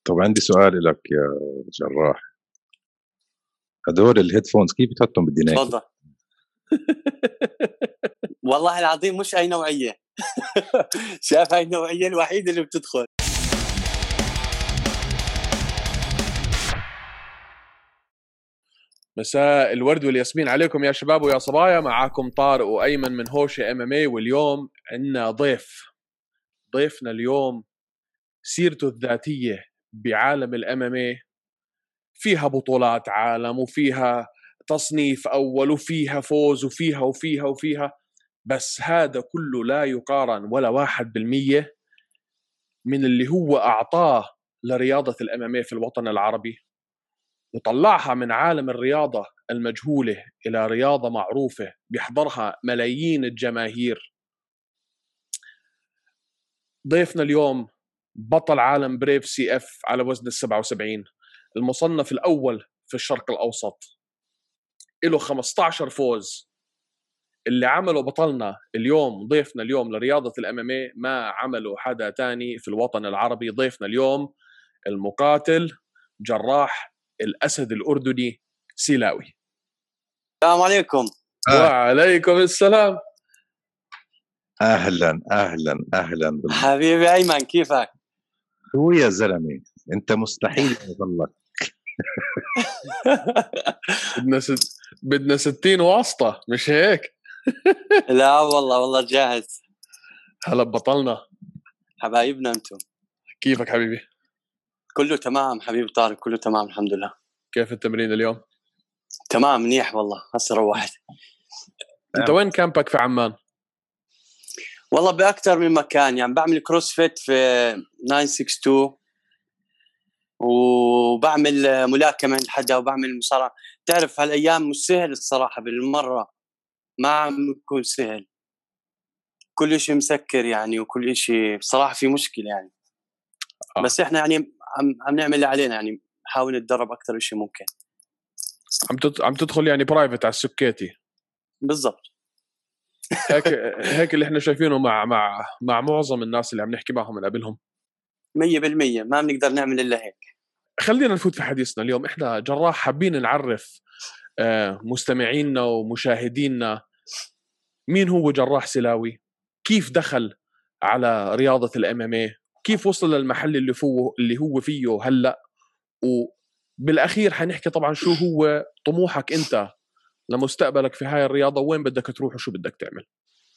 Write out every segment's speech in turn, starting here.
طب عندي سؤال لك يا جراح. هدول الهيدفونز كيف بتحطهم بالديناك؟ تفضل. والله العظيم مش اي نوعيه. شايف هاي النوعيه الوحيده اللي بتدخل. مساء الورد والياسمين عليكم يا شباب ويا صبايا. معاكم طارق وأيمن من هوشة MMA، واليوم عندنا ضيفنا اليوم سيرته الذاتية بعالم الMMA فيها بطولات عالم وفيها تصنيف أول وفيها فوز وفيها، بس هذا كله لا يقارن ولا 1% من اللي هو أعطاه لرياضة الMMA في الوطن العربي، وطلعها من عالم الرياضة المجهولة إلى رياضة معروفة بيحضرها ملايين الجماهير. ضيفنا اليوم بطل عالم بريف CF على وزن 77، المصنف الأول في الشرق الأوسط، له 15 فوز. اللي عمله بطلنا اليوم، ضيفنا اليوم لرياضة الMMA، ما عمله حدا تاني في الوطن العربي. ضيفنا اليوم المقاتل جراح الأسد الأردني سيلاوي. السلام عليكم. وعليكم السلام. اهلا اهلا اهلا حبيبي ايمن، كيفك؟ شو يا زلمه، انت مستحيل يضلك. بدنا 60 واسطة مش هيك؟ لا والله جاهز. هلا بطلنا. حبايبنا انتم. كيفك حبيبي؟ كله تمام حبيبي طارق، كله تمام الحمد لله. كيف التمرين اليوم؟ تمام منيح والله، هسه روحت. انت وين كامبك في عمان؟ والله باكثر من مكان، يعني بعمل كروسفيت في 962 وبعمل ملاكمه عند حدا وبعمل مصارعه. تعرف هالايام مش سهل الصراحه، بالمره ما عم يكون سهل، كل شيء مسكر يعني، وكل شيء بصراحه في مشكله يعني. بس احنا يعني عم نعمل اللي علينا، يعني نحاول نتدرب اكثر شيء ممكن. عم تدخل يعني برايفت على السكيتي؟ بالضبط. هيك اللي احنا شايفينه مع معظم الناس اللي عم نحكي معهم من قبلهم. 100% ما بنقدر نعمل الا هيك. خلينا نفوت في حديثنا اليوم. احنا جراح حابين نعرف مستمعينا ومشاهدينا مين هو جراح سيلاوي، كيف دخل على رياضة الMMA، كيف وصل للمحل اللي هو فيه هلأ، وبالأخير حنحكي طبعا شو هو طموحك أنت لمستقبلك في هاي الرياضة، وين بدك تروح وشو بدك تعمل.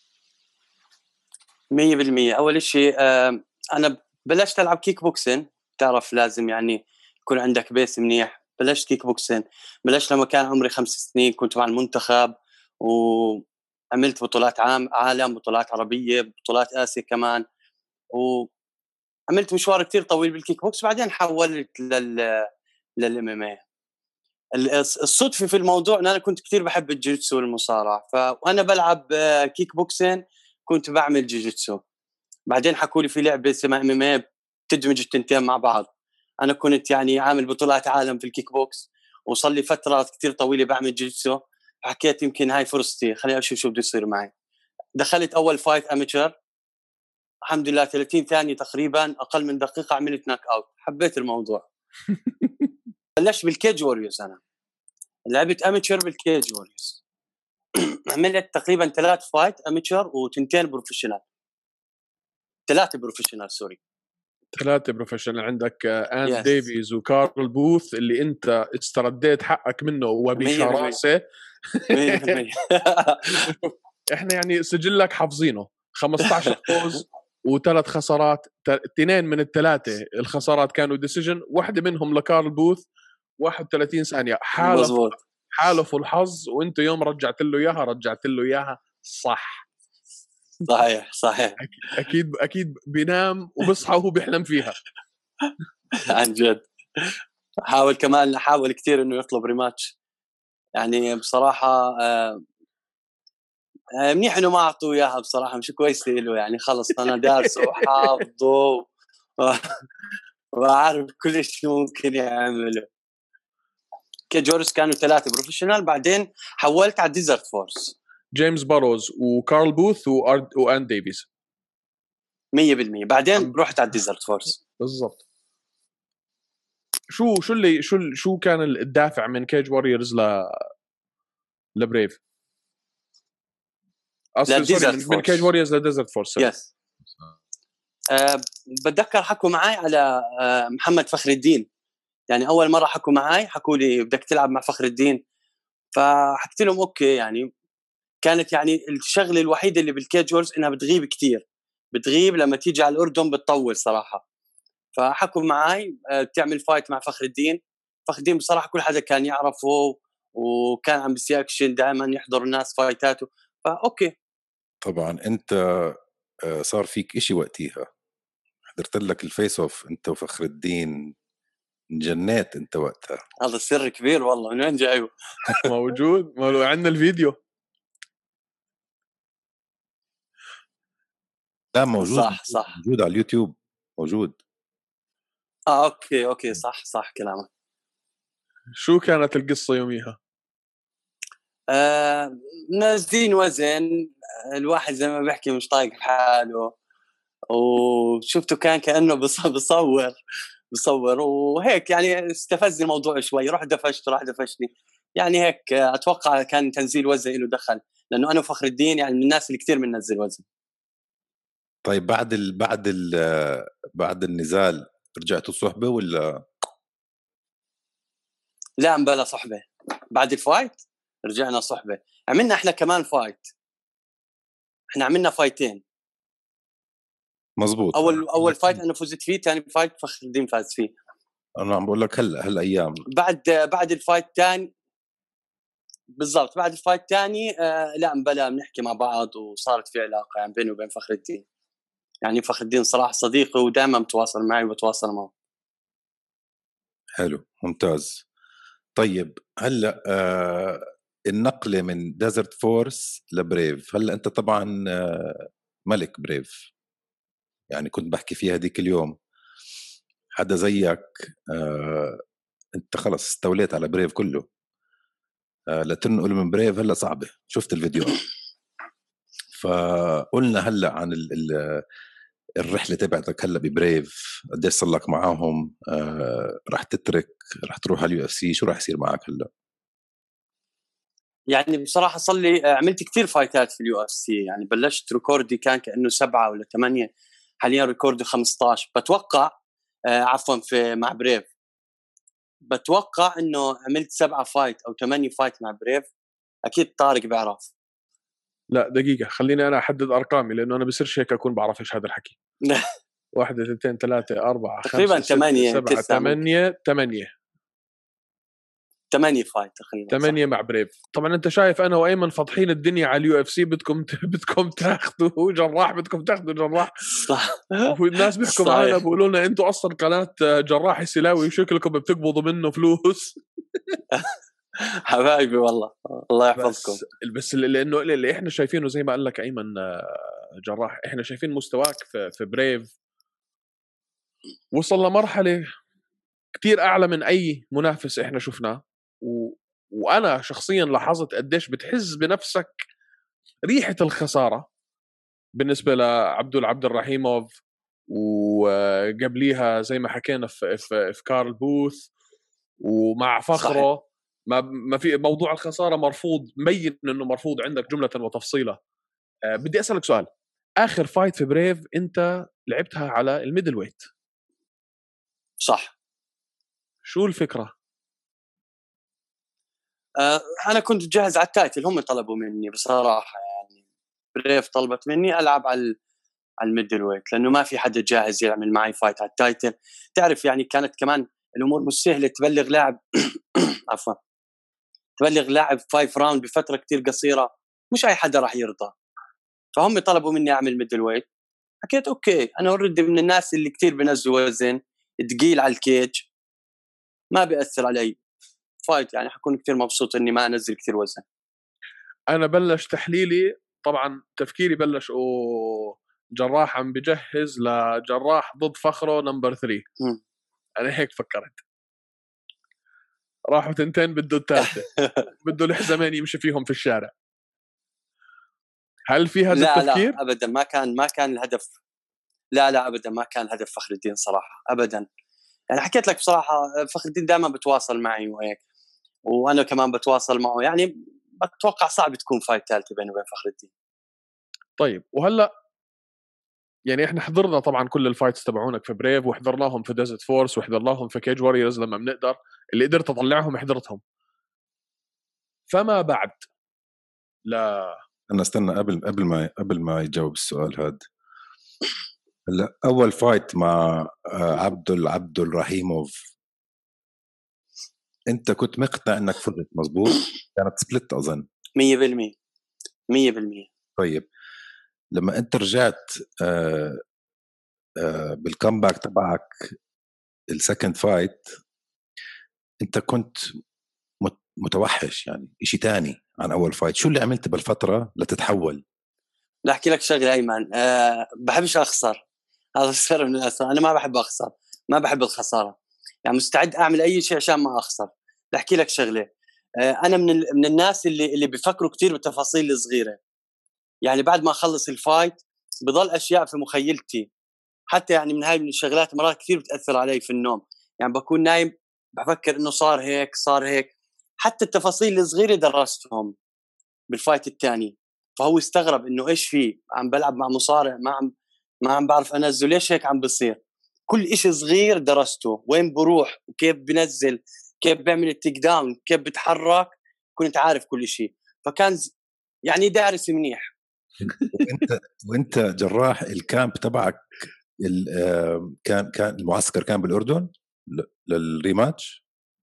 100%. اول شيء انا بلشت العب كيك بوكسين. تعرف لازم يعني يكون عندك بيس منيح. بلشت كيك بوكسين، بلشت لما كان عمري 5 سنين، كنت مع المنتخب وعملت بطولات عالم، بطولات عربية، بطولات آسيا كمان، وعملت مشوار كتير طويل بالكيك بوكس. بعدين حولت للMMA. الصدفة في الموضوع ان انا كنت كتير بحب الجيتسو والمصارعة، وانا بلعب كيك بوكسين كنت بعمل جيجيتسو. بعدين حكوا لي في لعبه اسمها MMA بتدمج التنتين مع بعض. انا كنت يعني عامل بطولات عالم في الكيك بوكس، وصل لي فترات كتير طويله بعمل جيجيتسو. حكيت يمكن هاي فرصتي، خليني اشوف شو بده يصير معي. دخلت اول فايت اميتشر، الحمد لله 30 ثانيه تقريبا، اقل من دقيقه عملت ناك اوت. حبيت الموضوع. بلشت بالكيج ووريوز. انا لعبت اميتشر بالكيج ووريوز. عملت تقريبا 3 فايت اميتشر وتنتين بروفيشنال. 3 بروفيشنال سوري. 3 بروفيشنال. عندك آن ديفيز وكارل بوث اللي انت استرديت حقك منه وبشراسه. 100%. احنا يعني سجلك حافظينه 15 فوز و3 خسارات. 2 من ال3 الخسارات كانوا ديسيجن، واحده منهم لكارل بوث 31 ثانيه. حالفوا الحظ، وانت يوم رجعت له اياها صح. صحيح. اكيد بينام وبصحى وهو بيحلم فيها. عن جد. حاول كثير انه يطلب ريماتش، يعني بصراحه منيح انه ما اعطوه اياها. بصراحه مش كويس له، يعني خلص انا دارسه وحافظه وعارف كل شيء ممكن يعمله. كجورس كانوا 3 بروفيشنال، بعدين حولت على ديزرت فورس. جيمس باروز وكارل بوث وآن ديفيز. 100%. بعدين رحت على ديزرت فورس. بالضبط. شو كان الدافع من كيج واريورز لبريف؟ سوري، من كيج واريورز لديزرت فورس. يس. بتذكر حكوا معي على محمد فخر الدين، يعني اول مره حكوا معي حكوا لي بدك تلعب مع فخر الدين، فحكيت لهم اوكي. يعني كانت يعني الشغله الوحيده اللي بالكيج وورز انها بتغيب كتير، بتغيب لما تيجي على الاردن بتطول صراحه. فحكوا معي تعمل فايت مع فخر الدين. فخر الدين بصراحه كل حدا كان يعرفه، وكان عم بيسوي اكشن دائما يحضر الناس فايتاته، فاوكي. طبعا انت صار فيك اشي وقتيها، حضرت لك الفيس اوف انت وفخر الدين، جنات انت وقتها. هذا سر كبير والله، من وين جايبه؟ موجود عندنا الفيديو. لا موجود، صح موجود على اليوتيوب موجود. اوكي صح كلامك. شو كانت القصه يوميها؟ نازلين وزن، الواحد زي ما بحكي مش طايق حاله، وشفته كان كأنه بصور وهيك، يعني استفزني الموضوع شوي، راح دفشني يعني هيك. اتوقع كان تنزيل وزن له دخل، لانه انا وفخر الدين يعني من الناس اللي كثير بننزل وزن. طيب بعد النزال رجعتوا صحبه ولا؟ لا مبلا صحبه، بعد الفايت رجعنا صحبه. عملنا احنا كمان فايت، احنا عملنا فايتين. مزبوط. اول فايت انا فزت فيه، ثاني فايت فخر الدين فاز فيه. انا عم بقول لك هالايام بعد الفايت الثاني بالضبط، بعد الفايت الثاني لا مبلا بنحكي مع بعض، وصارت في علاقه يعني بيني وبين فخر الدين. يعني فخر الدين صراحه صديقي ودائما بتواصل معي وبتواصل معه. حلو ممتاز. طيب هلا النقله من ديزرت فورس لبريف، هلا انت طبعا ملك بريف، يعني كنت بحكي فيها هذيك اليوم، حدا زيك انت خلص استوليت على بريف كله. لتنقل من بريف هلا صعبه، شفت الفيديو. فقلنا هلا عن الرحله تبعتك هلا ببريف، قديش صار لك معاهم؟ رح تروح على اليو اف سي، شو رح يصير معك هلا؟ يعني بصراحه صار لي عملت كثير فايتات في اليو اف سي، يعني بلشت ريكوردي كان كانه 7 ولا 8، حاليا ريكوردي 15 بتوقع. عفوا في مع بريف بتوقع انه عملت 7 فايت او 8 فايت مع بريف. اكيد طارق بيعرف. لا دقيقه، خليني انا احدد ارقامي، لانه انا بصيرش هيك اكون بعرف ايش هذا الحكي. 1 2 3 4 تقريبا 5 6 8 7 9 8 فايت تقريبا 8 مع بريف. طبعا انت شايف انا وايمن فاضحين الدنيا على اليو اف سي، بدكم تاخذوا جراح، بدكم تاخذوا جراح. صح. والناس بيحكوا معنا بيقولوا لنا انتوا اصلا قناه جراح السلاوي وشكلكم بتقبضوا منه فلوس. حبايبي والله الله يحفظكم. بس لانه اللي احنا شايفينه زي ما قال لك ايمن جراح، احنا شايفين مستواك في بريف وصل لمرحله كتير اعلى من اي منافس احنا شفناه. وانا شخصيا لاحظت قديش بتحز بنفسك ريحه الخساره بالنسبه عبد الرحيموف، وقبليها زي ما حكينا في كارل بوث ومع فخره. صحيح. ما في موضوع الخساره مرفوض، مبين انه مرفوض عندك جمله وتفصيله. بدي اسالك سؤال، اخر فايت في بريف انت لعبتها على الميدل ويت صح؟ شو الفكره؟ انا كنت جاهز على التايتل، هم طلبوا مني بصراحه، يعني بريف طلبت مني العب على الميدل ويت، لانه ما في حدا جاهز يعمل معي فايت على التايتل. تعرف يعني كانت كمان الامور مش سهله، تبلغ لاعب عفوا تبلغ لاعب 5 راوند بفتره كتير قصيره، مش اي حدا راح يرضى. فهم طلبوا مني اعمل ميدل ويت، حكيت اوكي، انا اوريدي من الناس اللي كتير بنزلوا وزن ثقيل على الكيج، ما بيأثر علي فايت، يعني حكون كتير مبسوط اني ما انزل كتير وزن. انا بلش تحليلي طبعا، تفكيري بلش جراح عم بجهز لجراح ضد فخره نمبر 3. انا هيك فكرت، راحوا تنتين بده الثالثه بده الحزامين يمشي فيهم في الشارع. هل في هذا التفكير؟ لا ابدا، ما كان الهدف. لا ابدا ما كان هدف فخر الدين صراحه ابدا. يعني حكيت لك بصراحه فخر الدين دائما بتواصل معي وهيك، وانا كمان بتواصل معه، يعني بتوقع صعب تكون فايت ثالثه بينه وبين فخر الدين. طيب وهلا يعني احنا حضرنا طبعا كل الفايتس تبعونك في بريف، وحضرناهم في ديزرت فورس، وحضرناهم في كيج واريورز لما بنقدر، اللي قدرت اطلعهم حضرتهم. فما بعد لا انا استنى قبل ما يجاوب السؤال هذا. هلا اول فايت مع عبد الرحيموف، انت كنت مقتنع انك فزت مزبوط؟ كانت سبلت اظن. 100% 100%. طيب لما انت رجعت بالكمباك تبعك السكند فايت، انت كنت متوحش، يعني شيء تاني عن اول فايت. شو اللي عملت بالفتره لتتحول؟ بدي احكي لك شغله ايمن، بحبش اخسر، هذا سر من الاسرار. انا ما بحب اخسر، ما بحب الخساره، يعني مستعد اعمل اي شيء عشان ما اخسر. بدي احكي لك شغله، انا من الناس اللي بيفكروا كثير بالتفاصيل الصغيره. يعني بعد ما اخلص الفايت بضل اشياء في مخيلتي، حتى يعني من هاي من الشغلات مرات كثير بتاثر علي في النوم. يعني بكون نايم بفكر انه صار هيك صار هيك، حتى التفاصيل الصغيره درستهم بالفايت الثاني. فهو استغرب انه ايش في، عم بلعب مع مصارع، ما عم بعرف انزل، ليش هيك عم بصير؟ كل إشي صغير درسته، وين بروح وكيف بنزل، كيف بيعمل التيك داون، كيف بتحرك، كنت عارف كل شيء. فكان يعني دارس منيح. وانت جراح الكامب تبعك كان المعسكر كان بالاردن للريماتش؟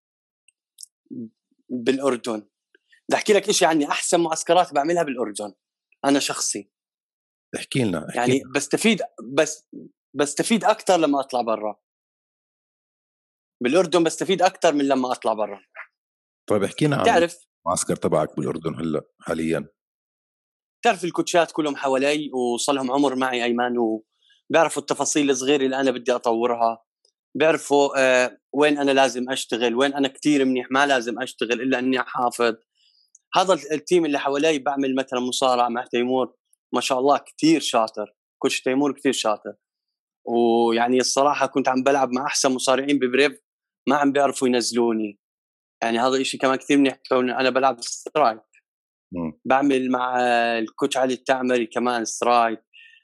بالاردن. بدي احكي لك شيء عني، احسن معسكرات بعملها بالاردن انا شخصي. احكي لنا يعني بستفيد اكثر لما اطلع برا. بالاردن بستفيد اكثر من لما اطلع برا. طيب احكي لنا عن تعرف المعسكر تبعك بالاردن هلا حاليا. تعرف الكوتشات كلهم حوالي وصلهم عمر معي ايمن، وبيعرفوا التفاصيل الصغيره اللي انا بدي اطورها، بيعرفوا وين انا لازم اشتغل، وين انا كتير منيح ما لازم اشتغل الا اني احافظ. هذا التيم اللي حوالي، بعمل مثلا مصارعه مع تيمور ما شاء الله كتير شاطر، كوتش تيمور كتير شاطر. ويعني الصراحه كنت عم بلعب مع احسن مصارعين ببريف، ما عم بيعرفوا ينزلوني. يعني هذا الشيء كمان كثير منيح، كون انا بلعب سترايك. بعمل مع الكوتش علي التعمري كمان سترايك.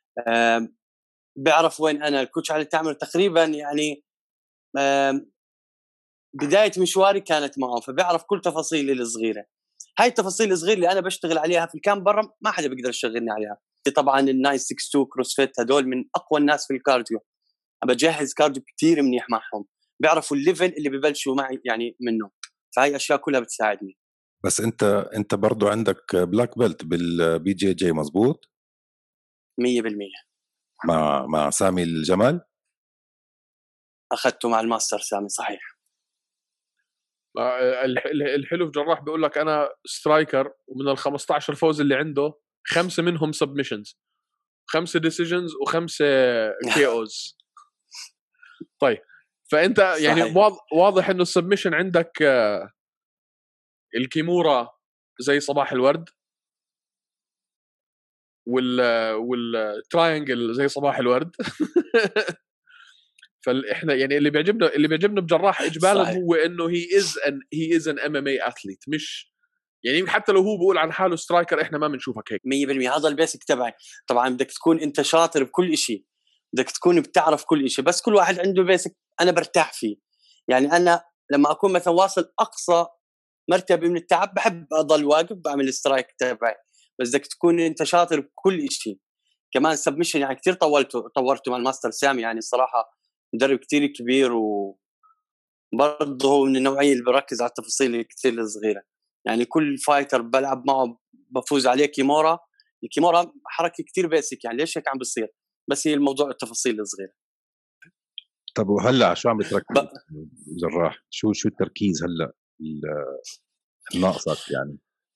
بيعرف وين انا. الكوتش علي التعمري تقريبا يعني بدايه مشواري كانت معه، فبيعرف كل تفاصيلي الصغيره. هاي التفاصيل الصغيره اللي انا بشتغل عليها في الكامب برا ما حدا بيقدر يشغلني عليها. طبعا ال 962 كروسفيت هدول من اقوى الناس في الكارديو، انا بجهز كارديو كثير منيح معهم، بيعرفوا الليفل اللي ببلشوا معي يعني منه. فهي اشياء كلها بتساعدني. بس انت برضو عندك بلاك بيلت بالبي جي جي مزبوط؟ 100%. مع سامي الجمال اخذته مع الماستر سامي، صحيح. الحلو في جراح بيقول لك انا سترايكر، ومن ال 15 فوز اللي عنده 5 منهم سبمشنز، 5 ديسيجنز و5 كي اوز. طيب فانت يعني واضح انه السبمشن عندك الكيمورا زي صباح الورد، والتراينجل زي صباح الورد. فاحنا يعني اللي بيعجبنا بجراح اجمالا هو انه هي از ان ام ام اي اثليت، مش يعني حتى لو هو بيقول عن حاله سترايكر احنا ما بنشوفك هيك. 100% هذا البيسك تبعي. طبعا بدك تكون انت شاطر بكل شيء، بدك تكون بتعرف كل شيء، بس كل واحد عنده بيسك انا برتاح فيه. يعني انا لما اكون مثلا واصل اقصى مرتبه من التعب بحب اضل واقف بعمل السترايك تبعي، بس بدك تكون انت شاطر بكل شيء. كمان سبمشن يعني كثير طورته مع الماستر سامي، يعني الصراحه مدرب كثير كبير، وبرضه هو من النوعيه اللي بركز على التفاصيل الكثير الصغيره. يعني كل فايتر بلعب معه بفوز عليه كيمورا. الكيمورا حركه كثير بيسك، يعني ليش هيك عم بصير، بس هي الموضوع التفاصيل الصغيره. طب وهلا شو عم بتركز جراح؟ شو التركيز هلا ناقصك يعني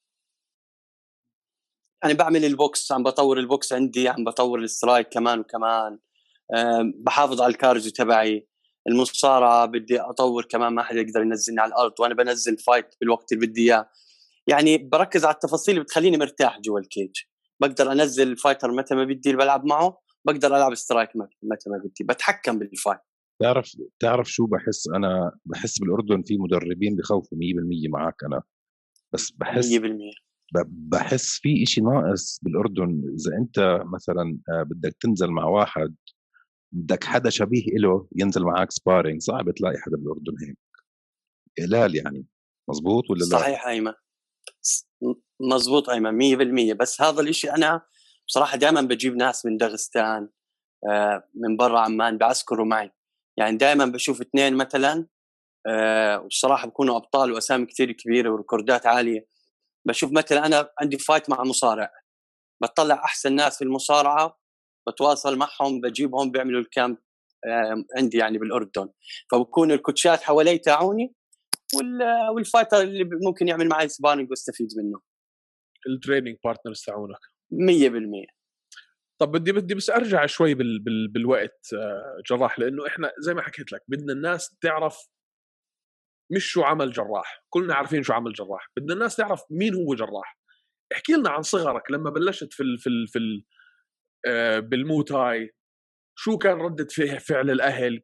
بعمل البوكس، عم بطور البوكس عندي، عم بطور السترايك كمان وكمان، بحافظ على الكارديو تبعي. المصارعه بدي اطور كمان، ما حدا يقدر ينزلني على الارض، وانا بنزل فايت بالوقت اللي بدي اياه. يعني بركز على التفاصيل اللي بتخليني مرتاح جوا الكيج. بقدر انزل الفايتر متى ما بدي اللي بلعب معه، بقدر العب سترايك متى ما بدي، بتحكم بالفايت. تعرف شو بحس؟ انا بحس بالاردن في مدربين بخوفوا 100% معك انا، بس 100%. بحس في إشي ناقص بالاردن. اذا انت مثلا بدك تنزل مع واحد، بدك حدا شبيه له ينزل معك سبارينج، صعب تلاقي حدا بالاردن هيك قلال يعني. مزبوط ولا لا؟ صحيح أيمن، مزبوط أيمن 100%. بس هذا الإشي أنا بصراحة دائما بجيب ناس من دغستان من برا عمان بعسكروا معي. يعني دائما بشوف 2 مثلا وبصراحة بكونوا أبطال وأسامي كتير كبيرة وريكوردات عالية. بشوف مثلا أنا عندي فايت مع مصارع، بطلع أحسن ناس في المصارعة، بتواصل معهم، بجيبهم بيعملوا الكامب عندي يعني بالأردن. فبكون الكوتشات حوالي تاعوني، والفايتر اللي ممكن يعمل معي سبارينج واستفيد منه. التريننج بارتنرز تاعونك 100%. طب بدي بس ارجع شوي بالوقت جراح، لانه احنا زي ما حكيت لك بدنا الناس تعرف مش شو عمل جراح، كلنا عارفين شو عمل جراح، بدنا الناس تعرف مين هو جراح. احكي لنا عن صغرك لما بلشت في بالموتاي، شو كان ردة فعل الاهل،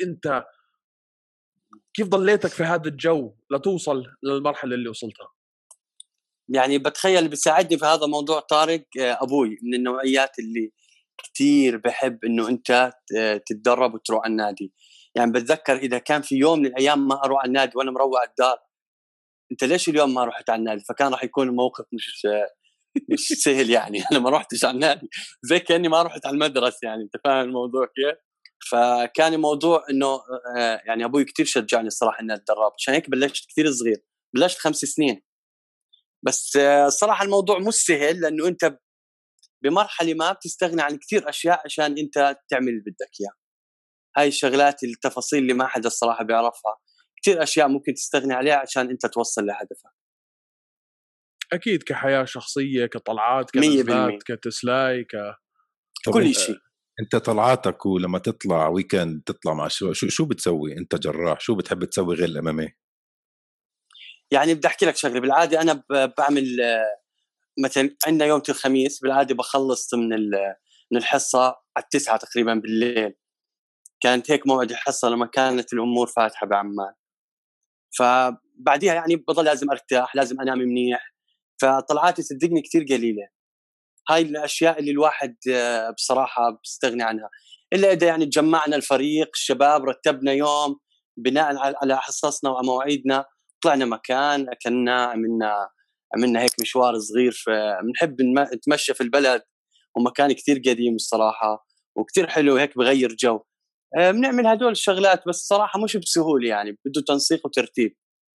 كيف ضليتك في هذا الجو لتوصل للمرحله اللي وصلتها؟ يعني بتخيل اللي بيساعدني في هذا الموضوع طارق ابوي من النوعيات اللي كتير بحب انه انت تتدرب وتروح على النادي. يعني بتذكر اذا كان في يوم من الايام ما اروح على النادي وانا مروح الدار، انت ليش اليوم ما رحت على النادي؟ فكان راح يكون الموقف مش سهل يعني. انا ما رحتش على النادي زي كاني ما رحت على المدرسه، يعني انت فاهم الموضوع كيف. فكان الموضوع انه يعني ابوي كتير شجعني الصراحه اني اتدرب، عشان هيك بلشت كتير صغير، بلشت 5 سنين. بس الصراحه الموضوع مش سهل، لانه انت بمرحله ما بتستغني عن كثير اشياء عشان انت تعمل اللي بدك اياه. هاي الشغلات التفاصيل اللي ما حدا الصراحه بيعرفها، كثير اشياء ممكن تستغني عليها عشان انت توصل لهدفك. اكيد كحياه شخصيه، كطلعات، 100%. كنزلات، كتسلاي، طب كل شيء. انت طلعاتك ولما تطلع ويكند تطلع مع شو بتسوي انت جراح؟ شو بتحب تسوي غير الامامي؟ يعني بدي احكي لك شغله، بالعاده انا بعمل مثلا عندنا يوم الخميس بالعاده بخلص من الحصه على 9 تقريبا بالليل. كانت هيك موعد الحصه لما كانت الامور فاتحه بعمان. فبعديها يعني بضل لازم ارتاح، لازم انام منيح. فطلعاتي صدقني كتير قليله. هاي الاشياء اللي الواحد بصراحه بيستغني عنها، الا اذا يعني تجمعنا الفريق الشباب، رتبنا يوم بناء على حصصنا ومواعيدنا، طلعنا مكان، اكلنا، عملنا هيك مشوار صغير. بنحب نتمشى في البلد، ومكان كتير قديم الصراحه وكتير حلو هيك بغير جو. بنعمل هدول الشغلات، بس صراحه مش بسهوله، يعني بده تنسيق وترتيب.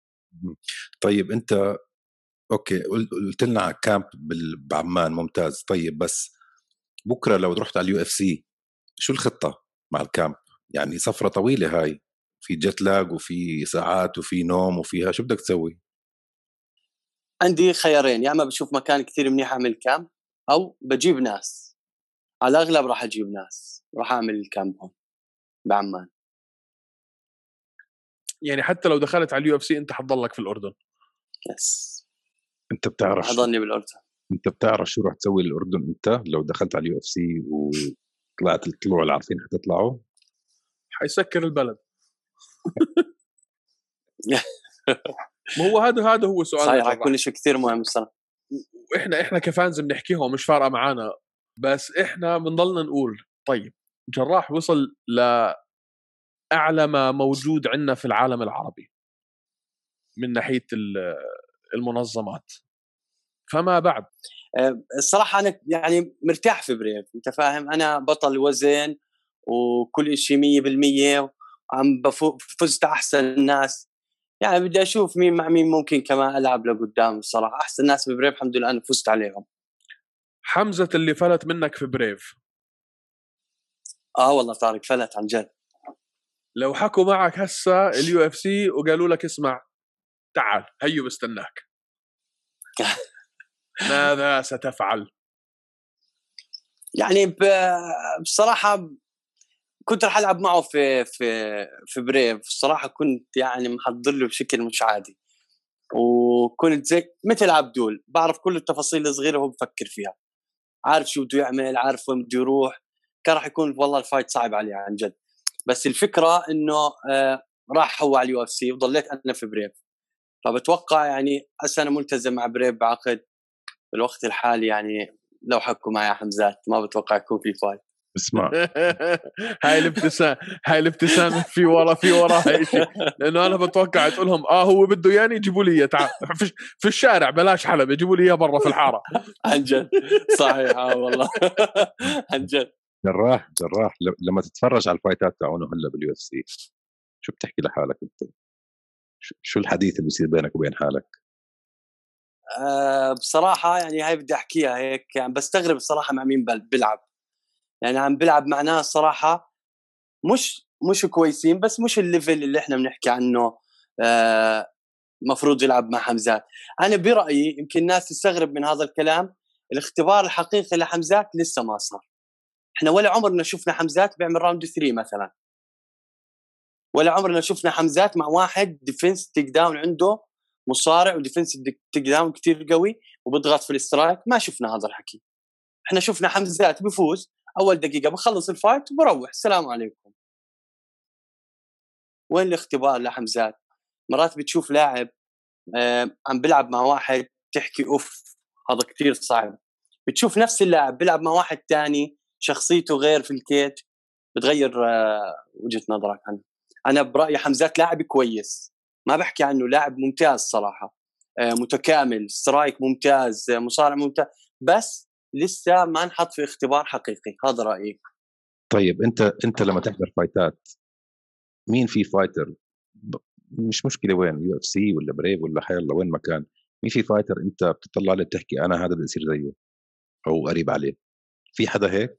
طيب انت اوكي قلت لنا على كامب بعمان، ممتاز. طيب بس بكره لو رحت على اليو اف سي، شو الخطه مع الكامب؟ يعني سفره طويله هاي، في جيت لاج وفي ساعات وفي نوم وفيها، شو بدك تسوي؟ عندي خيارين، يا اما بشوف مكان كتير منيح اعمل كامب، او بجيب ناس. على الاغلب راح اجيب ناس، راح اعمل الكامب هون بعمان. يعني حتى لو دخلت على اليو اف سي انت حتضلك في الاردن؟ يس. انت بتعرف راح اضلني بالاردن. انت بتعرف شو راح تسوي للاردن انت لو دخلت على اليو اف سي وطلعت الطلوع اللي عارفين حتطلعوا؟ حيسكر البلد. ما هو هذا هو سؤالنا صحيح، راح الجراح. يكون شيء كثير مهم الصراحه. واحنا كفانز بنحكيهم مش فارقه معانا، بس احنا بنضلنا نقول طيب جراح وصل لاعلى ما موجود عندنا في العالم العربي من ناحيه المنظمات، فما بعد؟ الصراحه انا يعني مرتاح في بريف، انت فاهم، انا بطل وزن وكل شيء 100%، وعم فزت احسن الناس. يعني بدي اشوف مين مع مين ممكن كمان العب لقدام. الصراحه احسن ناس ببريف الحمد لله انا فزت عليهم. حمزه اللي فلت منك في بريف، والله طارق فلت عن جد. لو حكوا معك هسه اليو اف سي وقالوا لك اسمع تعال هيو بستناك، ماذا ستفعل؟ يعني بصراحه كنت رح العب معه في بريف. الصراحه كنت يعني محضر له بشكل مش عادي، وكنت زي مثل عبدول، بعرف كل التفاصيل الصغيره وهو بفكر فيها، عارف شو بده يعمل، عارف وين بده يروح. كان راح يكون والله الفايت صعب عليه عن جد. بس الفكره انه راح هو على اليو اف سي وضليت انا في بريف. فبتوقع يعني هسه انا ملتزم مع بريف بعقد في الوقت الحالي. يعني لو حكوا معي حمزات ما بتوقع يكون في فايت. اسمع هاي الابتسامه في وراها شيء، لانه انا بتوقع تقول لهم هو بده يعني يجيبوا لي اياه تعال في الشارع بلاش حلب يجيبوا لي اياه برا في الحاره. عن جد صحيح والله عن جد. جراح لما تتفرج على الفايتات تاعونه هلا باليو اف سي شو بتحكي لحالك انت؟ شو الحديث اللي بيصير بينك وبين حالك؟ بصراحه يعني هاي بدي احكيها هيك، يعني بستغرب الصراحه مع مين بيلعب. يعني عم بيلعب مع ناس صراحه مش كويسين، بس مش الليفل اللي احنا بنحكي عنه مفروض يلعب مع حمزات. انا برايي يمكن الناس تستغرب من هذا الكلام، الاختبار الحقيقي لحمزات لسه ما صار. احنا ولا عمرنا شفنا حمزات بيعمل راوند 3 مثلا، ولا عمرنا شفنا حمزات مع واحد ديفنس تيك داون عنده مصارع وديفنس تيك داون كثير قوي وبضغط في الاسترايك. ما شفنا هذا الحكي. احنا شفنا حمزات بفوز اول دقيقه بخلص الفايت وبروح السلام عليكم. وين الاختبار لحمزات؟ مرات بتشوف لاعب عم بلعب مع واحد تحكي اوف هذا كثير صعب. بتشوف نفس اللاعب بيلعب مع واحد تاني شخصيته غير في الكيج، بتغير وجهة نظرك عنه. انا برايي حمزات لاعب كويس، ما بحكي عنه لاعب ممتاز صراحه، متكامل، سترايك ممتاز، مصارع ممتاز، بس لسه ما نحط في اختبار حقيقي. هذا رايي. طيب انت لما تحضر فايتات مين في فايتر مش مشكله وين يو اف سي ولا بريف ولا حيلا وين ما كان، مين في فايتر انت بتطلع عليه بتحكي انا هذا بدي اصير زيه او قريب عليه؟ في حدا هيك؟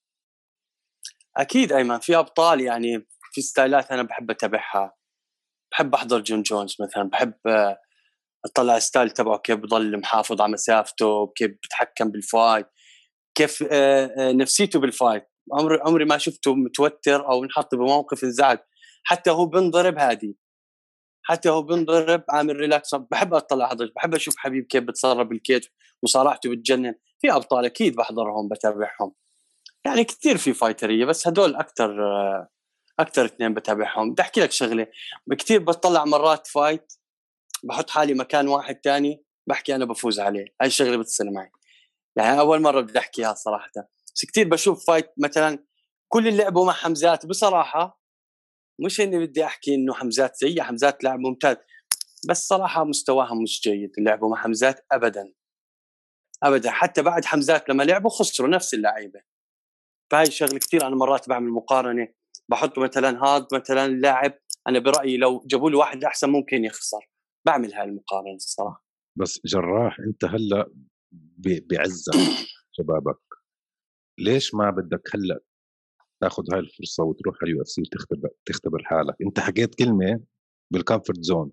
اكيد ايمن، في ابطال يعني في ستايلات انا بحب اتابعها. بحب احضر جون جونز مثلا، بحب اطلع ستايل تبعه كيف بضل محافظ على مسافته، كيف بتحكم بالفايت، كيف نفسيته بالفايت. عمري ما شفته متوتر او انحط بموقف انزعج. حتى هو بنضرب هادي، حتى هو بنضرب عامل ريلاكس. بحب اطلع هذا، بحب اشوف حبيب كيف بتصرف بالكيج، مصارعته بتجنن. في ابطال اكيد بحضرهم بتابعهم، يعني كثير في فايتريه، بس هدول اكثر اثنين بتابعهم. بدي احكي لك شغله، كثير بطلع مرات فايت بحط حالي مكان واحد تاني بحكي انا بفوز عليه. هاي الشغله بتصير معي، يعني اول مره بدي احكيها صراحه. بس كثير بشوف فايت مثلا كل اللي لعبوا مع حمزات بصراحه، مش اني بدي احكي انه حمزات سيء، حمزات لاعب ممتاز، بس صراحه مستواهم مش جيد اللي لعبوا مع حمزات ابدا ابدا. حتى بعد حمزات لما لعبوا خسروا نفس اللعيبه. فهاي الشغله كثير انا مرات بعمل مقارنه، بحط مثلا هذا مثلا لاعب انا برايي لو جابوا لي واحد احسن ممكن يخسر. بعمل هاي المقارنه الصراحه. بس جراح انت هلا بعزك شبابك، ليش ما بدك هلا تاخذ هاي الفرصه وتروح على اليو اف سي وتختبر حالك؟ انت حكيت كلمه بالكمفورت زون.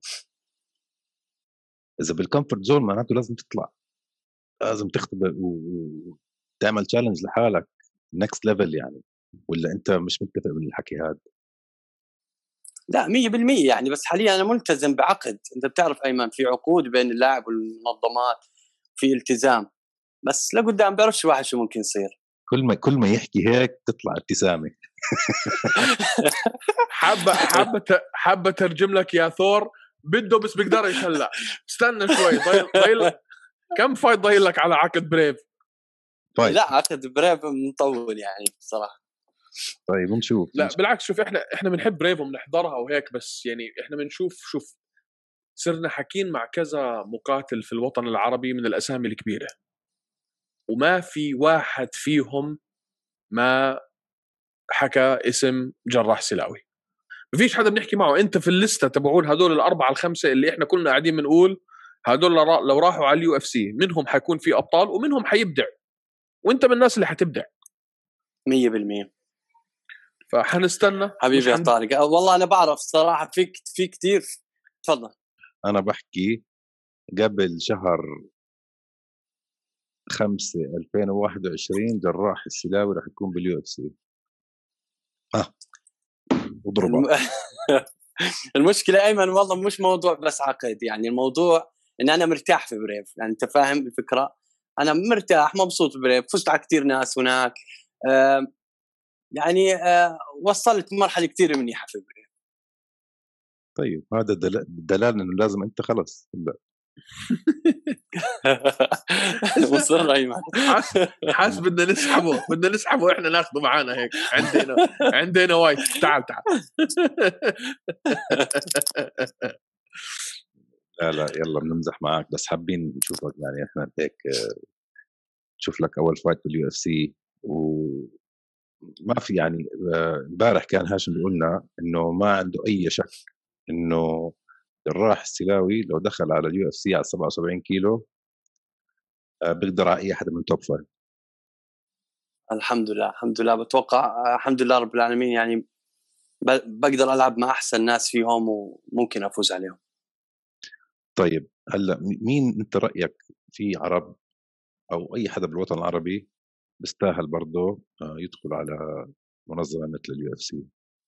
اذا بالكمفورت زون معناته لازم تطلع، لازم تختبر وتعمل تشالنج لحالك نكست ليفل يعني، ولا انت مش متفق بالحكي هذا؟ لا 100% يعني، بس حاليا انا ملتزم بعقد. انت بتعرف ايمن في عقود بين اللاعب والمنظمات، في التزام، بس لقدام بيعرفش واحد شو ممكن يصير. كل ما يحكي هيك تطلع ابتسامه. حابه ترجم لك يا ثور، بده بس بيقدرش هلا. استنى شوي، ضيل كم فايت ضايل لك على عقد بريف؟ طيب. لا عقد بريف مطول يعني بصراحه. طيب نشوف. لا بالعكس، شوف احنا بنحب بريف وبنحضرها وهيك، بس يعني احنا بنشوف صرنا حكين مع كذا مقاتل في الوطن العربي من الاسامي الكبيره، وما في واحد فيهم ما حكى اسم جراح سلاوي. ما فيش حدا بنحكي معه. انت في الليسته تبعون هدول الاربعه الخمسه اللي احنا كلنا قاعدين بنقول هدول لو راحوا على اليو اف سي منهم حيكون في ابطال ومنهم حيبدع، وانت من الناس اللي حتبدع 100%. فحنستنى حبيبي يا طارق، والله انا بعرف صراحه في كثير. تفضل. انا بحكي قبل شهر 5/2021 جراح السلاوي راح يكون باليو اف سي. اضربها. المشكله ايمن والله مش موضوع بس عقد، يعني الموضوع ان انا مرتاح في بريف. يعني انت فاهم الفكره، انا مرتاح مبسوط في بريف، فزت على كثير ناس هناك. يعني وصلت مرحله كثير منيحه في بريف. طيب هذا دلال انه لازم انت خلص تبدا. مصر ايمن. حاس بدنا نسحبه احنا ناخذه معانا هيك. عندنا وايت. تعال لا يلا بنمزح معك، بس حابين نشوفك يعني احنا هيك نشوف لك اول فايت باليو اف سي. وما في يعني امبارح كان هاشم بيقول لنا انه ما عنده اي شك انه جراح السلاوي لو دخل على اليو اف سي على 77 كيلو بيقدر على اي حدا من توب فايف. الحمد لله بتوقع الحمد لله رب العالمين، يعني بقدر العب مع احسن ناس فيهم وممكن افوز عليهم. طيب هلا مين انت رايك في عرب او اي حدا بالوطن العربي بيستاهل برضه يدخل على منظمه مثل اليو اف سي؟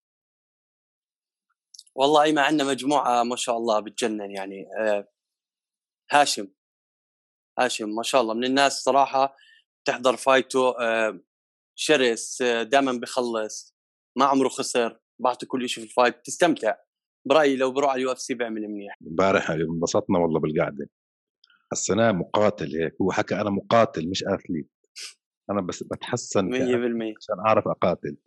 والله ايمن عندنا مجموعه ما شاء الله بتجنن يعني. هاشم ما شاء الله من الناس صراحه تحضر فايته، شرس، دائما بخلص، ما عمره خسر، بعطي كل شيء في الفايت، تستمتع. برايي لو بروح على اليو اف سي بيعمل منيح. امبارح انبسطنا والله بالقعده. حسناه مقاتل هيك، هو حكى انا مقاتل مش اثليت. انا بس بتحسن 100% عشان اعرف اقاتل.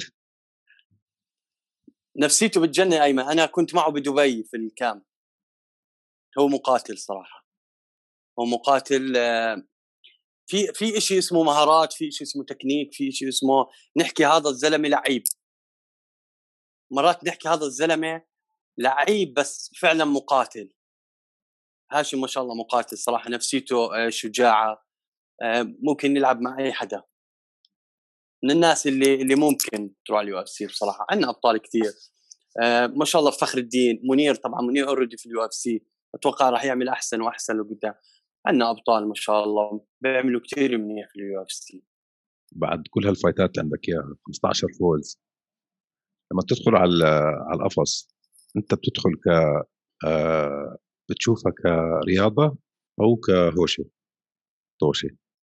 نفسيته بتجنن ايمن، انا كنت معه بدبي في الكامب. هو مقاتل صراحه، هو مقاتل. في شيء اسمه مهارات، في شيء اسمه تكنيك، في شيء اسمه نحكي هذا الزلمه لعيب. مرات نحكي هذا الزلمه لعيب بس فعلا مقاتل. هاشم ما شاء الله مقاتل صراحه، نفسيته شجاعه. ممكن نلعب مع اي حدا من الناس اللي ممكن تروح اليو اف سي. بصراحه عندنا ابطال كثير، ما شاء الله. فخر الدين منير، طبعا منير اوريدي في اليو اف سي، اتوقع راح يعمل احسن واحسن لقدام. عندنا ابطال ما شاء الله بيعملوا كثير منيح في اليو اف سي. بعد كل هالفايتات اللي عندك اياها 15 فوز، لما تدخل على القفص انت بتدخل ك بتشوفها كرياضه او كهوشه طوشه؟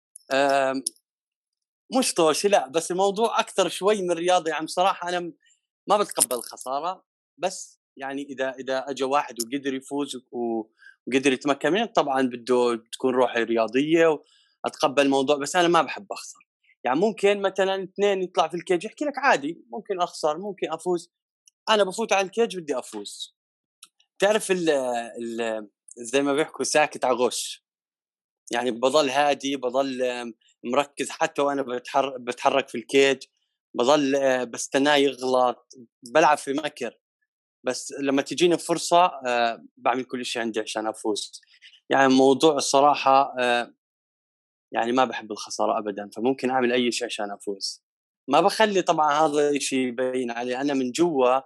مش طوشي لا، بس الموضوع اكثر شوي من رياضه. يعني بصراحه انا ما بتقبل الخساره، بس يعني اذا اجى واحد وقدر يفوز وقدر يتمكن منه، طبعا بده تكون روحي رياضيه واتقبل الموضوع. بس انا ما بحب اخسر. يعني ممكن مثلا اثنين يطلع في الكيج يحكي لك عادي، ممكن اخسر ممكن افوز. انا بفوت على الكيج بدي افوز. تعرف ال زي ما بيحكوا ساكت على غش. يعني بضل هادي، بضل مركز حتى وانا بتحرك في الكيج، بضل بستناه يغلط، بلعب في مكر. بس لما تجيني فرصة بعمل كل شيء عندي عشان أفوز. يعني موضوع الصراحة يعني ما بحب الخسارة أبدا، فممكن أعمل أي شيء عشان أفوز. ما بخلي طبعا هذا الشيء يبين علي. أنا من جوا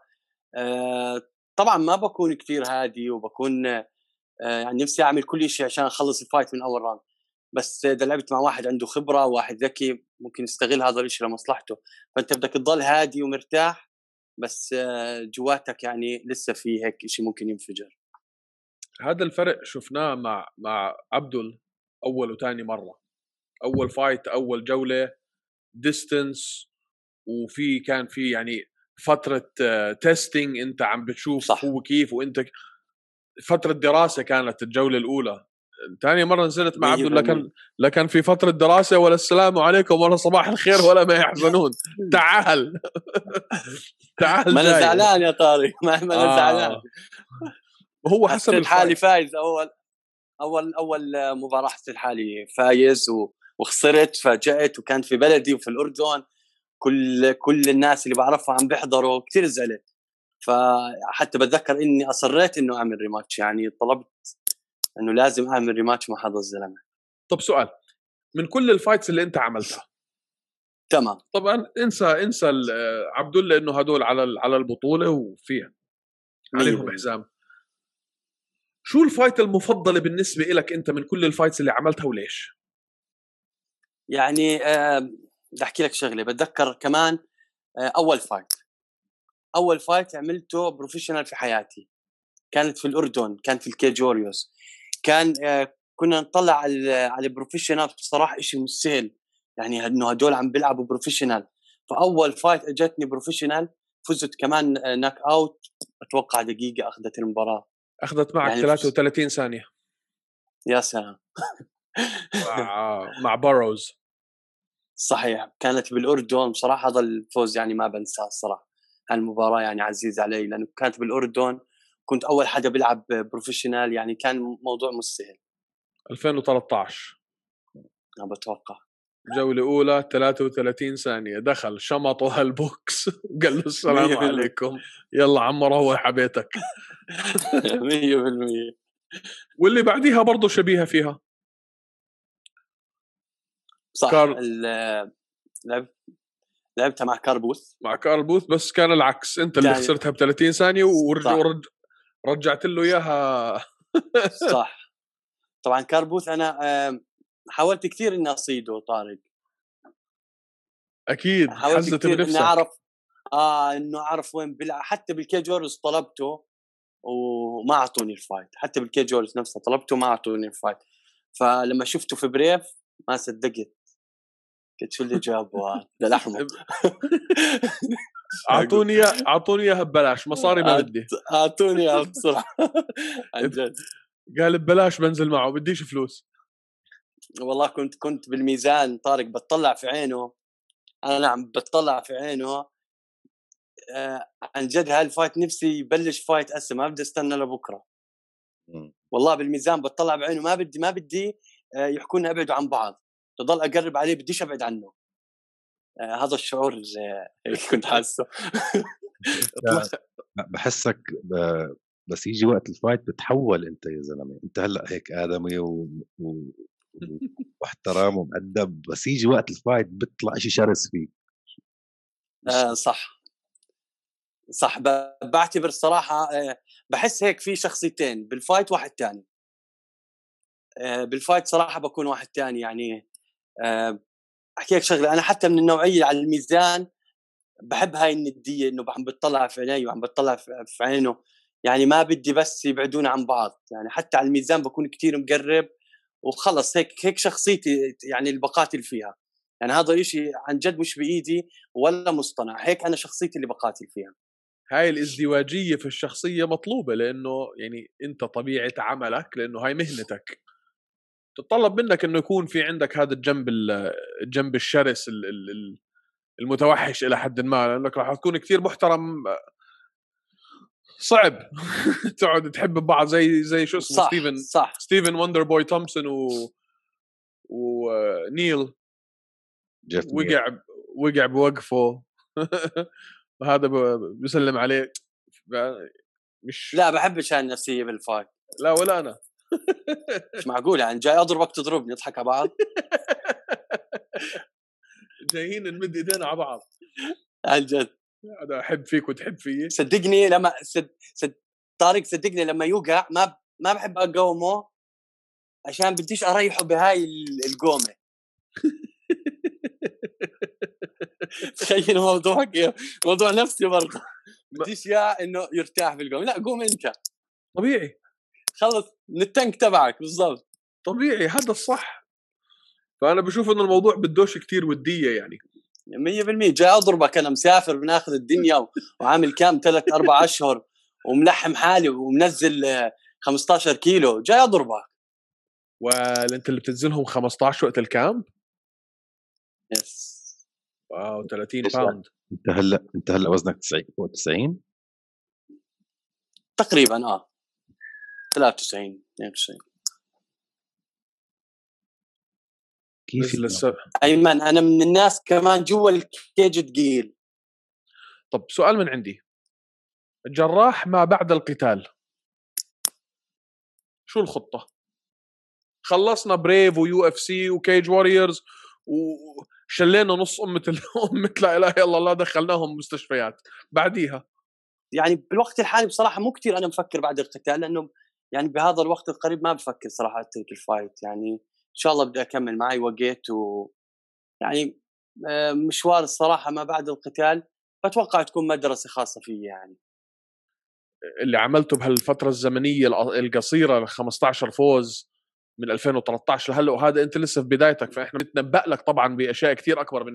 طبعا ما بكون كثير هادي، وبكون يعني نفسي أعمل كل شيء عشان أخلص الفايت من أول راوند. بس إذا لعبت مع واحد عنده خبرة، واحد ذكي، ممكن يستغل هذا الشيء لمصلحته. فأنت بدك تضل هادي ومرتاح، بس جواتك يعني لسه في هيك شيء ممكن ينفجر. هذا الفرق شفناه مع عبدل اول وثاني مره. اول فايت اول جوله ديستنس، وفي كان في يعني فتره تيستينج، انت عم بتشوف صح. هو كيف، وانت فتره دراسه كانت الجوله الاولى. ثاني مره نزلت مع عبدل لا كان في فتره دراسه ولا السلام عليكم ولا صباح الخير ولا ما يحزنون. تعال تعال ما انا زعلان يا طارق، ما انا زعلان. هو حسب حالي فايز اول مباراه، حسيت حالي فايز وخسرت، فاجأت، وكانت في بلدي وفي الاردن. كل الناس اللي بعرفها عم بيحضروا، كثير زعلت. فحتى بتذكر اني اصريت انه اعمل ريماتش، يعني طلبت انه لازم اعمل ريماتش مع هذا الزلمه. طب سؤال، من كل الفايتس اللي انت عملتها تمام، طبعا انسى عبد الله انه هدول على البطوله وفيها عليهم حزام. شو الفايت المفضله بالنسبه لك انت من كل الفايتس اللي عملتها وليش؟ يعني بدي احكي لك شغله. بتذكر كمان اول فايت عملته بروفيشنال في حياتي، كانت في الاردن، كانت في الكيجوريوس. كان كنا نطلع على البروفيشنال، بصراحه شيء مش سهل، يعني انه هدول عم بيلعبوا بروفيشنال. فاول فايت اجتني بروفيشنال فزت كمان ناك اوت، اتوقع دقيقه اخذت المباراه. اخذت معك يعني 33 ثانيه يا سلام. مع باروز. صحيح، كانت بالاردن بصراحه، هذا الفوز يعني ما بنساه الصراحه. هالمباراه يعني عزيزه علي لانه كانت بالاردن، كنت اول حدا بيلعب بروفيشنال، يعني كان موضوع مش سهل. 2013 انا بتوقع. جولة أولى 33 ثانية، دخل شمطه هالبوكس وقال له السلام 100%. عليكم، يلا عم روح على بيتك. 100%. واللي بعديها برضه شبيهة فيها. صح. لعبتها مع كاربوث. مع كارل بوث، بس كان العكس، انت اللي خسرتها ب 30 ثانية ورجعت له اياها. صح. طبعا كاربوث انا حاولت كثير اني اصيده طارق. اكيد حاولت حزت كثير بنفسك. اني اعرف انه اعرف وين بيلعب. حتى بالكيج وورز طلبته وما اعطوني الفايت، حتى بالكيج وورز نفسه طلبته ما اعطوني الفايت. فلما شفته في بريف ما صدقت، قلت شو اللي جابه للحمه. اعطوني اياها ببلاش، مصاري ما بدي. اعطوني اياها بسرعه. عن جد قال ببلاش بنزل معه، بديش فلوس. والله كنت بالميزان طارق بتطلع في عينه، انا عم بتطلع في عينه. عن جد هالفايت نفسي يبلش فايت هسه، ما بدي استنى لبكره. والله بالميزان بتطلع بعينه، ما بدي يحكوا لنا ابعدوا عن بعض، تضل اقرب عليه، بديش ابعد عنه. هذا الشعور اللي كنت حاسه. بحسك بس يجي وقت الفايت بتحول انت يا زلمه، انت هلا هيك ادمي واحترام ومؤدب، بس يجي وقت الفايت بيطلع شيء شرس فيك. صح. بعتبر الصراحه بحس هيك في شخصيتين بالفايت، واحد تاني. بالفايت صراحه بكون واحد تاني. يعني احكي لك شغله، انا حتى من النوعيه على الميزان بحب هاي النديه، انه عم بتطلع في عيني وعم بتطلع في عينه، يعني ما بدي بس يبعدونا عن بعض. يعني حتى على الميزان بكون كتير مقرب وخلص. هيك شخصيتي يعني اللي بقاتل فيها. يعني هذا الاشي عن جد مش بايدي ولا مصطنع، هيك انا شخصيتي اللي بقاتل فيها. هاي الازدواجية في الشخصية مطلوبة، لأنه يعني أنت طبيعة عملك، لأنه هاي مهنتك، تتطلب منك أنه يكون في عندك هذا الجنب الشرس المتوحش إلى حد ما، لأنك راح تكون كثير محترم، صعب تقعد تحب بعض زي شو اسمه، ستيفن وندر بوي تومسون ونيل وقع بوقفه. وهذا بيسلم عليه. مش لا بحبش هاي النفسيه بالفايت، لا ولا انا. مش معقول يعني جاي اضربك تضربني، نضحك على بعض. جايين نمد ايدينا على بعض عن جد. انا احب فيك وتحب فيي. صدقني لما طارق صدقني لما يوقع ما بحب اقومه، عشان بديش اريحه بهاي القومه. تخيل الموضوع كيف، موضوع نفسي برضه. بديش يا انه يرتاح بالقوم، لا قوم انت طبيعي، خلص من التنك تبعك بالضبط. طبيعي، هذا الصح. فانا بشوف انه الموضوع بدوش كتير وديه، يعني 100% جاي اضربك، انا مسافر بناخذ الدنيا وعامل كام 3-4 اشهر وملحم حالي ومنزل 15 كيلو، جاي اضربك. وانت اللي بتنزلهم 15 وقت الكامب؟ يس. واو 30 باوند. انت هلا وزنك 90 فوق 90 تقريبا 93 92. كيف ايمن انا من الناس كمان جوا الكيج ثقيل. طب سؤال من عندي، الجراح ما بعد القتال شو الخطه؟ خلصنا بريف ويو اف سي وكيج واريورز وشلينا نص أمة لا إله إلا الله، دخلناهم مستشفيات. بعديها يعني بالوقت الحالي بصراحة مو كتير أنا مفكر بعد القتال، لأنه يعني بهذا الوقت القريب ما بفكر صراحة أترك الفايت. يعني إن شاء الله بدي أكمل معي وقيت يعني مشوار الصراحة ما بعد القتال بتوقع تكون مدرسة خاصة فيه. يعني اللي عملته بهالفترة الزمنية القصيرة 15 فوز من 2013 لهلا، وهذا انت لسه في بدايتك، فاحنا بنتنبأ لك طبعا باشياء كثير اكبر من هيك.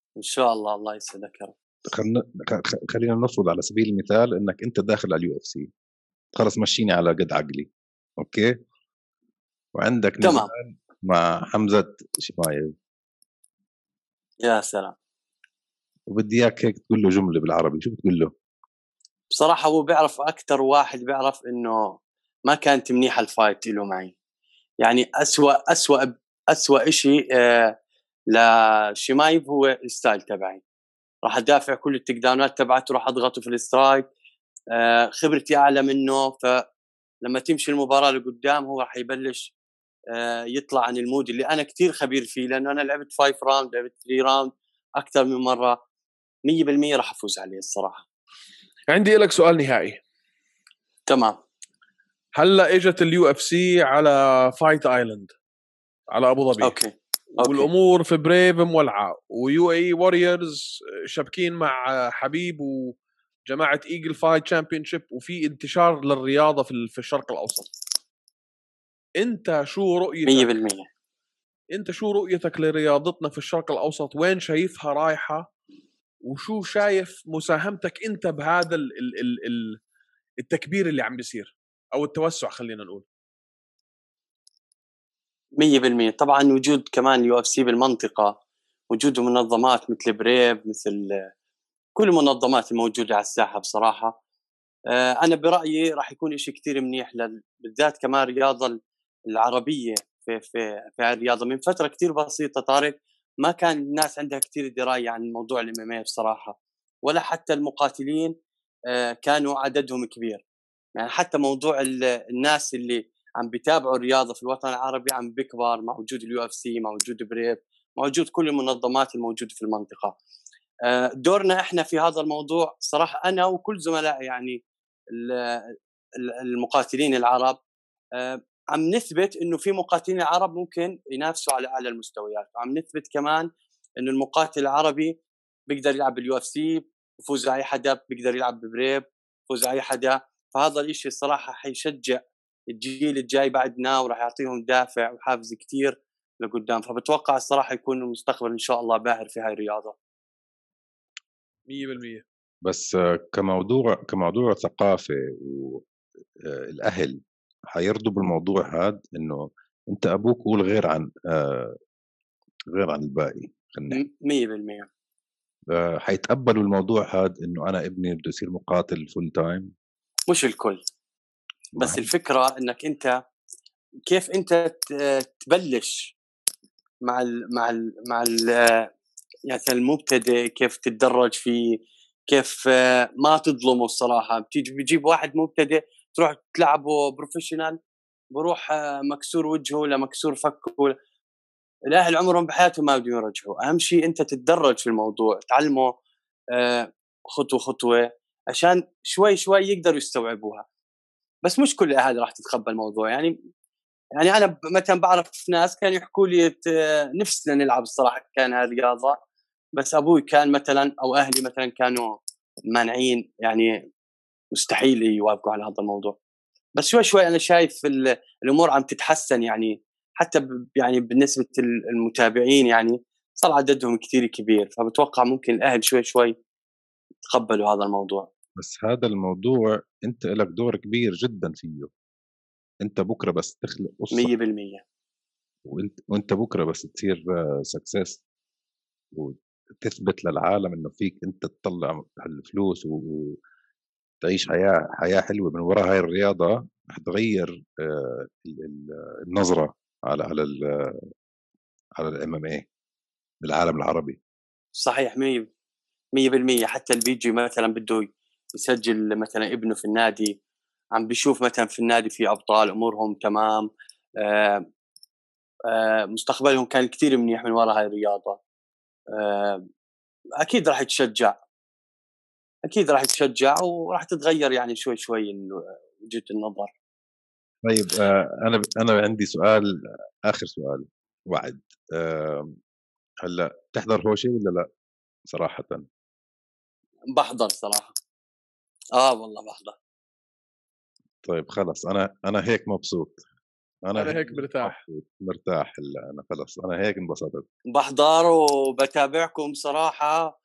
ان شاء الله، الله يسعدك يا رب. خلينا نفرض على سبيل المثال انك انت داخل على UFC، خلص مشيني على قد عقلي، اوكي، وعندك تمام. نزال مع حمزة شمايف، يا سلام. وبدي اياك هيك تقول له جمله بالعربي، شو بتقول له؟ بصراحه هو بيعرف، اكثر واحد بيعرف انه ما كانت منيحه الفايت له معي. يعني اسوأ إشي لشمايف هو الستايل تبعي. راح ادافع كل التيك داونات تبعته، راح اضغطه في السترايك. خبرتي اعلى منه، فلما تمشي المباراه لقدام هو راح يبلش يطلع عن المود اللي انا كتير خبير فيه، لانه انا لعبت 5 راوند، لعبت 3 راوند اكثر من مره. 100% راح افوز عليه الصراحه. عندي لك سؤال نهائي. تمام. هلا اجت UFC على فايت ايلاند على ابو ظبي. اوكي. والامور في بريف مولعه، ويو اي واريورز شابكين مع حبيب وجماعه ايجل فايت تشامبيونشيب، وفي انتشار للرياضه في الشرق الاوسط. انت شو رؤيتك 100%. انت شو رؤيتك لرياضتنا في الشرق الاوسط؟ وين شايفها رايحه؟ وشو شايف مساهمتك انت بهذا التكبير اللي عم بيصير، او التوسع خلينا نقول؟ 100% طبعا. وجود كمان UFC بالمنطقه، وجود منظمات مثل بريف، مثل كل المنظمات الموجوده على الساحه بصراحه، انا برايي راح يكون شيء كثير منيح، بالذات كمان الرياضه العربيه. في الرياضه من فتره كثير بسيطه طارق، ما كان الناس عندها كثير درايه عن موضوع الام ام بصراحه، ولا حتى المقاتلين كانوا عددهم كبير. يعني حتى موضوع الناس اللي عم بيتابعوا الرياضه في الوطن العربي عم بيكبر مع وجود اليو اف سي، مع وجود بريف، مع وجود كل المنظمات الموجوده في المنطقه. دورنا احنا في هذا الموضوع صراحه، انا وكل زملائي يعني المقاتلين العرب، عم نثبت انه في مقاتلين عرب ممكن ينافسوا على اعلى المستويات، وعم نثبت كمان انه المقاتل العربي بيقدر يلعب باليو اف سي، يفوز على اي حدا، بيقدر يلعب ببريب، يفوز على اي حدا. فهذا الاشي الصراحه حيشجع الجيل الجاي بعدنا، وراح يعطيهم دافع وحافز كتير لقدام. فبتوقع الصراحه يكون المستقبل ان شاء الله باهر في هاي الرياضه. 100%. بس كموضوع ثقافه والاهل حيرضوا بالموضوع هذا، انه انت ابوك هو غير عن غير عن الباقي، خلينا نحكي 100%. حيتقبلوا الموضوع هذا، انه انا ابني بده يصير مقاتل فول تايم. مش الكل، بس الفكره انك انت كيف انت تبلش مع ال يعني المبتدئ، كيف تتدرج فيه، كيف ما تظلمه الصراحه. بيجيب واحد مبتدئ تروح تلعبه بروفيشنال، بروح مكسور وجهه ولا مكسور فكه. الاهل عمرهم بحياتهم ما بدهم يرجعوا. اهم شيء انت تتدرج في الموضوع، تعلمه خطوه خطوه عشان شوي شوي يقدروا يستوعبوها. بس مش كل الاهالي راح تتقبل الموضوع. يعني انا مثلا بعرف ناس كانوا يحكوا لي نفسنا نلعب الصراحه كان هالرياضه، بس ابوي كان مثلا او اهلي مثلا كانوا مانعين، يعني مستحيل يوافقوا على هذا الموضوع. بس شوي شوي انا شايف الامور عم تتحسن، يعني حتى يعني بالنسبه المتابعين يعني صار عددهم كثير كبير، فبتوقع ممكن الاهل شوي شوي يتقبلوا هذا الموضوع. بس هذا الموضوع انت لك دور كبير جدا فيه. انت بكره بس تخلق قصه، 100%. وانت بكره بس تصير سكسس، وتثبت للعالم انه فيك انت تطلع هالفلوس وتعيش حياه حلوه من وراء هاي الرياضه، رح تغير النظره على الام ام اي بالعالم العربي. صحيح. 100%. حتى اللي بيجي مثلا بده يسجل مثلا ابنه في النادي، عم بيشوف مثلا في النادي في ابطال امورهم تمام، مستقبلهم كان كثير منيح من وراء هاي الرياضه. اكيد راح يتشجع، اكيد راح يتشجع وراح تتغير يعني شوي شوي وجهه النظر. طيب انا عندي سؤال، اخر سؤال وعد. هلا تحضر هوشي ولا لا صراحه؟ بحضر صراحه. والله بحضر. طيب خلص، انا هيك مبسوط. انا هيك مرتاح. مرتاح هلا، انا خلص انا هيك انبسطت. بحضر وبتابعكم صراحه،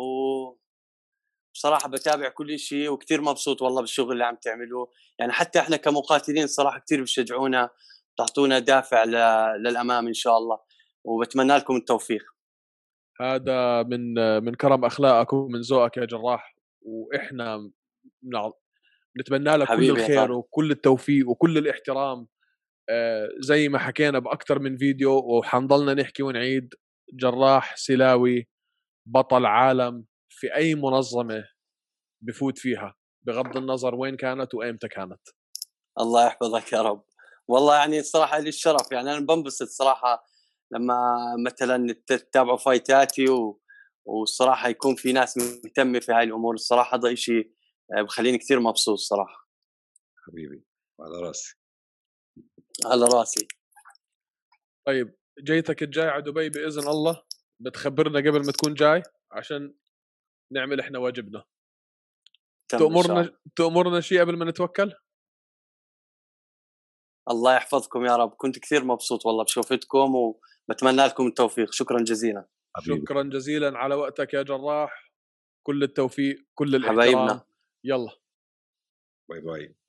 وبصراحه بتابع كل شيء، وكثير مبسوط والله بالشغل اللي عم تعملوه. يعني حتى احنا كمقاتلين صراحه كثير بتشجعونا، بتعطونا دافع للامام ان شاء الله، وبتمنى لكم التوفيق. هذا من كرم اخلاقك ومن ذوقك يا جراح، واحنا بنتمنى لك كل حبيبي يا الخير طارق. وكل التوفيق وكل الاحترام. زي ما حكينا باكثر من فيديو وحنضلنا نحكي ونعيد، جراح سلاوي بطل عالم في اي منظمه بفوت فيها بغض النظر وين كانت وايمتى كانت. الله يحفظك يا رب. والله يعني الصراحه لي الشرف، يعني انا بنبسط صراحه لما مثلا تتابعوا فايتاتي والصراحه يكون في ناس مهتمه في هاي الامور. الصراحه هذا شيء بخليني كثير مبسوط صراحه. حبيبي على راسي. على راسي. طيب جيتك الجاي على دبي باذن الله بتخبرنا قبل ما تكون جاي عشان نعمل احنا واجبنا. تأمرنا شيء قبل ما نتوكل؟ الله يحفظكم يا رب. كنت كثير مبسوط والله بشوفتكم، وبتمنى لكم التوفيق. شكرا جزيلا. حبيبي. شكرا جزيلا على وقتك يا جراح، كل التوفيق كل الاحترام. حبايبنا. يلا باي باي.